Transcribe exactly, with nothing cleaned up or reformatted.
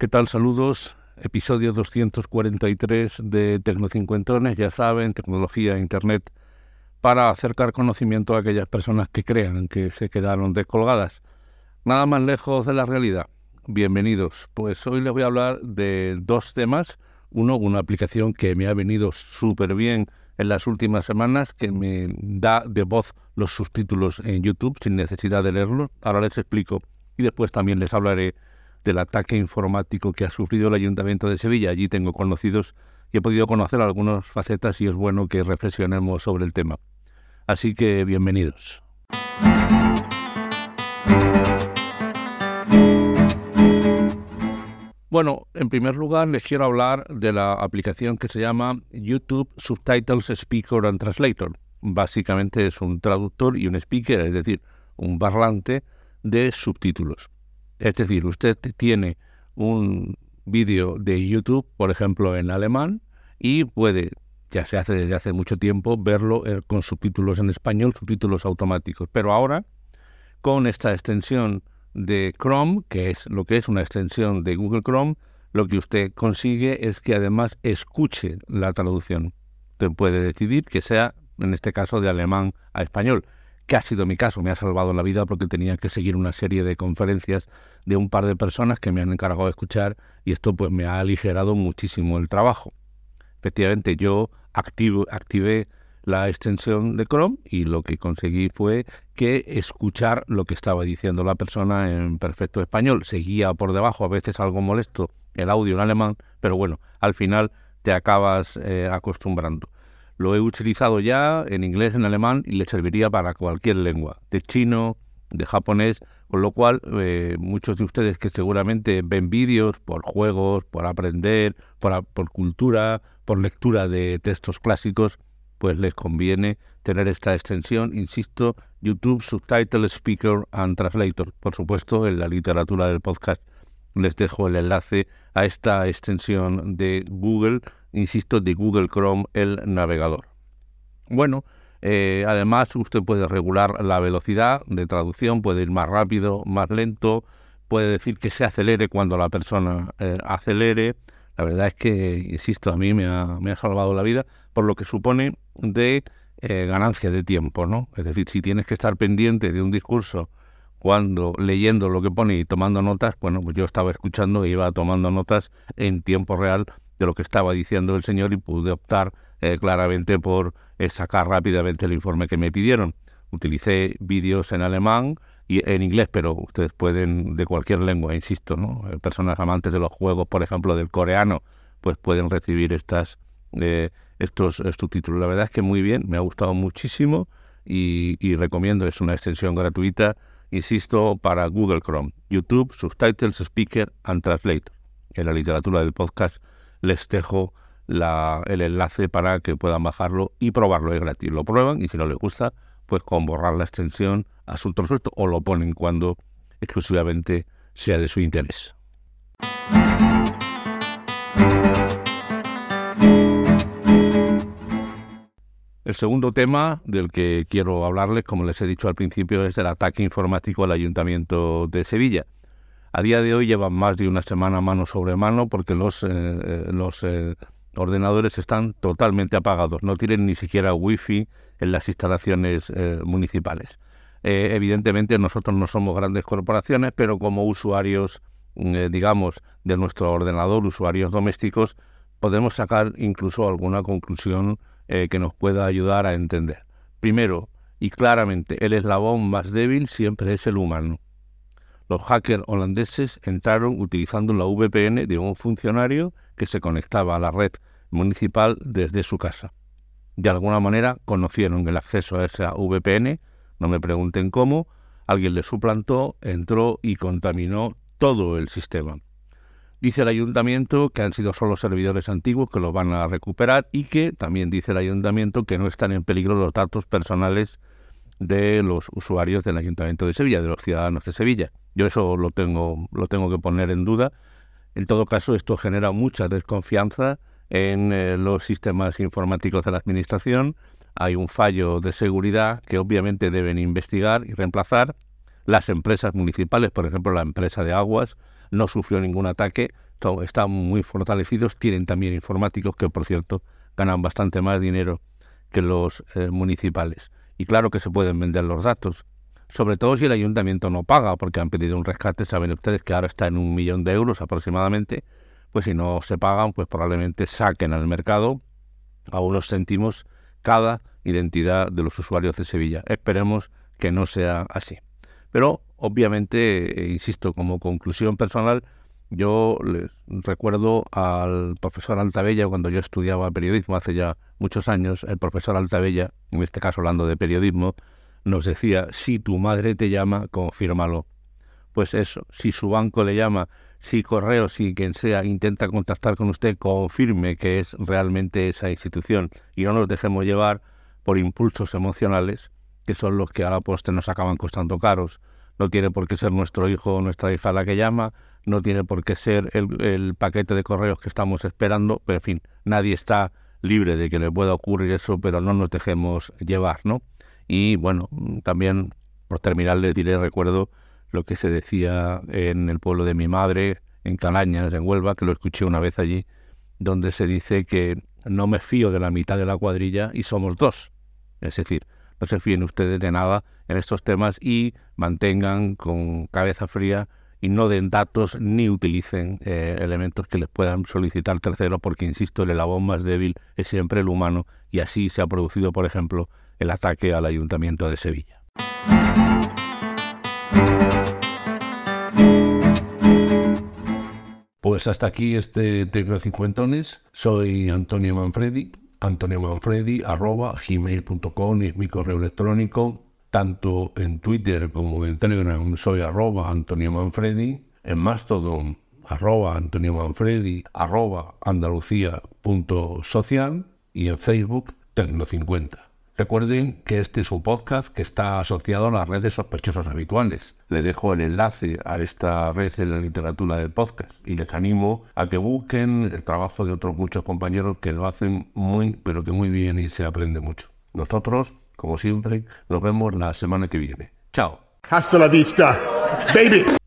¿Qué tal? Saludos. Episodio doscientos cuarenta y tres de Tecnocincuentones, ya saben, tecnología, internet, para acercar conocimiento a aquellas personas que crean que se quedaron descolgadas. Nada más lejos de la realidad. Bienvenidos. Pues hoy les voy a hablar de dos temas. Uno, una aplicación que me ha venido súper bien en las últimas semanas, que me da de voz los subtítulos en YouTube sin necesidad de leerlos. Ahora les explico. Y después también les hablaré del ataque informático que ha sufrido el Ayuntamiento de Sevilla. Allí tengo conocidos y he podido conocer algunas facetas y es bueno que reflexionemos sobre el tema. Así que bienvenidos. Bueno, en primer lugar les quiero hablar de la aplicación que se llama YouTube Subtitles Speaker and Translator. Básicamente es un traductor y un speaker, es decir, un parlante de subtítulos. Es decir, usted tiene un vídeo de YouTube, por ejemplo, en alemán, y puede, ya se hace desde hace mucho tiempo, verlo eh, con subtítulos en español, subtítulos automáticos. Pero ahora, con esta extensión de Chrome, que es lo que es una extensión de Google Chrome, lo que usted consigue es que además escuche la traducción. Usted puede decidir que sea, en este caso, de alemán a español, que ha sido mi caso, me ha salvado la vida porque tenía que seguir una serie de conferencias de un par de personas que me han encargado de escuchar y esto pues me ha aligerado muchísimo el trabajo. Efectivamente, yo activo, activé la extensión de Chrome y lo que conseguí fue que escuchar lo que estaba diciendo la persona en perfecto español. Seguía por debajo, a veces algo molesto, el audio en alemán, pero bueno, al final te acabas eh, acostumbrando. Lo he utilizado ya en inglés, en alemán y le serviría para cualquier lengua, de chino, de japonés, con lo cual eh, muchos de ustedes que seguramente ven vídeos por juegos, por aprender, por, por cultura, por lectura de textos clásicos, pues les conviene tener esta extensión, insisto, YouTube Subtitle Speaker and Translator. Por supuesto, en la literatura del podcast les dejo el enlace a esta extensión de Google, insisto, de Google Chrome, el navegador. Bueno, eh, además usted puede regular la velocidad de traducción, puede ir más rápido, más lento, puede decir que se acelere cuando la persona eh, acelere. La verdad es que, insisto, a mí me ha, me ha salvado la vida por lo que supone de eh, ganancia de tiempo, ¿no? Es decir, si tienes que estar pendiente de un discurso cuando leyendo lo que pone y tomando notas, bueno, pues yo estaba escuchando e iba tomando notas en tiempo real de lo que estaba diciendo el señor y pude optar eh, claramente por eh, sacar rápidamente el informe que me pidieron. Utilicé vídeos en alemán y en inglés, pero ustedes pueden de cualquier lengua, insisto, ¿no? Personas amantes de los juegos, por ejemplo, del coreano, pues pueden recibir estas eh, estos, estos subtítulos. La verdad es que muy bien, me ha gustado muchísimo y, y recomiendo, es una extensión gratuita, insisto, para Google Chrome, YouTube Subtitles Speaker and Translator. En la literatura del podcast les dejo la, el enlace para que puedan bajarlo y probarlo, es gratis. Lo prueban y si no les gusta, pues con borrar la extensión, asunto resuelto, o lo ponen cuando exclusivamente sea de su interés. El segundo tema del que quiero hablarles, como les he dicho al principio, es el ataque informático al Ayuntamiento de Sevilla. A día de hoy llevan más de una semana mano sobre mano porque los, eh, los eh, ordenadores están totalmente apagados, no tienen ni siquiera wifi en las instalaciones eh, municipales. Eh, evidentemente nosotros no somos grandes corporaciones, pero como usuarios, eh, digamos, de nuestro ordenador, usuarios domésticos, podemos sacar incluso alguna conclusión eh, que nos pueda ayudar a entender. Primero, y claramente, el eslabón más débil siempre es el humano. Los hackers holandeses entraron utilizando la V P N de un funcionario que se conectaba a la red municipal desde su casa. De alguna manera conocieron el acceso a esa V P N, no me pregunten cómo, alguien le suplantó, entró y contaminó todo el sistema. Dice el ayuntamiento que han sido solo servidores antiguos que los van a recuperar y que también dice el ayuntamiento que no están en peligro los datos personales de los usuarios del Ayuntamiento de Sevilla, de los ciudadanos de Sevilla. Yo eso lo tengo, lo tengo que poner en duda. En todo caso, esto genera mucha desconfianza en eh, los sistemas informáticos de la Administración. Hay un fallo de seguridad que obviamente deben investigar y reemplazar. Las empresas municipales, por ejemplo, la empresa de aguas, no sufrió ningún ataque, están muy fortalecidos, tienen también informáticos que, por cierto, ganan bastante más dinero que los eh, municipales. Y claro que se pueden vender los datos, sobre todo si el ayuntamiento no paga, porque han pedido un rescate, saben ustedes que ahora está en un millón de euros aproximadamente, pues si no se pagan, pues probablemente saquen al mercado a unos céntimos cada identidad de los usuarios de Sevilla. Esperemos que no sea así. Pero obviamente, eh, insisto, como conclusión personal, yo les recuerdo al profesor Altavella, cuando yo estudiaba periodismo hace ya muchos años, el profesor Altavella, en este caso hablando de periodismo, nos decía, si tu madre te llama, confírmalo. Pues eso, si su banco le llama, si Correo, si quien sea intenta contactar con usted, confirme que es realmente esa institución y no nos dejemos llevar por impulsos emocionales, que son los que a la postre nos acaban costando caros. No tiene por qué ser nuestro hijo o nuestra hija la que llama, no tiene por qué ser el, el paquete de correos que estamos esperando, pero en fin, nadie está libre de que le pueda ocurrir eso, pero no nos dejemos llevar, ¿no? Y bueno, también por terminar les diré, recuerdo lo que se decía en el pueblo de mi madre, en Calañas, en Huelva, que lo escuché una vez allí, donde se dice que no me fío de la mitad de la cuadrilla y somos dos. Es decir, no se fíen ustedes de nada en estos temas y mantengan con cabeza fría y no den datos ni utilicen eh, elementos que les puedan solicitar terceros, porque, insisto, el eslabón más débil es siempre el humano, y así se ha producido, por ejemplo, el ataque al Ayuntamiento de Sevilla. Pues hasta aquí este Tecnocincuentones. Soy Antonio Manfredi, Antonio Manfredi arroba gmail punto com es mi correo electrónico. Tanto en Twitter como en Telegram soy arroba Antonio Manfredi, en Mastodon arroba Antonio Manfredi arroba Andalucía punto social y en Facebook Tecno cincuenta. Recuerden que este es un podcast que está asociado a las redes sospechosos habituales. Les dejo el enlace a esta red en la literatura del podcast y les animo a que busquen el trabajo de otros muchos compañeros que lo hacen muy, pero que muy bien y se aprende mucho. Nosotros, como siempre, nos vemos la semana que viene. ¡Chao! Hasta la vista, baby!